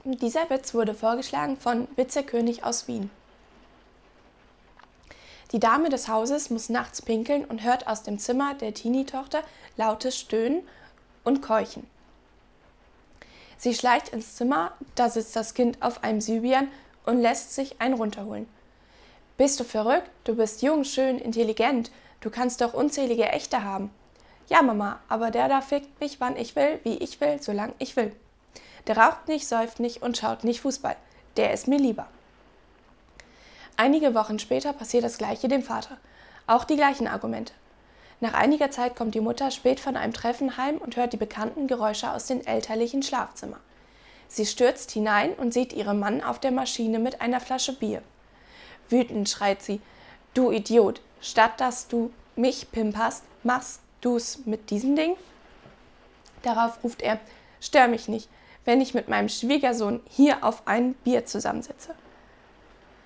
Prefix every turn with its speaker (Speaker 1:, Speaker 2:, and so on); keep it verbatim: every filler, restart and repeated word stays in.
Speaker 1: Dieser Witz wurde vorgeschlagen von Witzekönig aus Wien. Die Dame des Hauses muss nachts pinkeln und hört aus dem Zimmer der Teenie-Tochter lautes Stöhnen und Keuchen. Sie schleicht ins Zimmer, da sitzt das Kind auf einem Sybian und lässt sich einen runterholen. »Bist du verrückt? Du bist jung, schön, intelligent. Du kannst doch unzählige Echte haben.« »Ja, Mama, aber der da fickt mich, wann ich will, wie ich will, solange ich will. Der raucht nicht, säuft nicht und schaut nicht Fußball. Der ist mir lieber.« Einige Wochen später passiert das Gleiche dem Vater. Auch die gleichen Argumente. Nach einiger Zeit kommt die Mutter spät von einem Treffen heim und hört die bekannten Geräusche aus dem elterlichen Schlafzimmer. Sie stürzt hinein und sieht ihren Mann auf der Maschine mit einer Flasche Bier. Wütend schreit sie: »Du Idiot, statt dass du mich pimperst, machst du's mit diesem Ding?« Darauf ruft er: »Stör mich nicht, wenn ich mit meinem Schwiegersohn hier auf ein Bier zusammensitze.«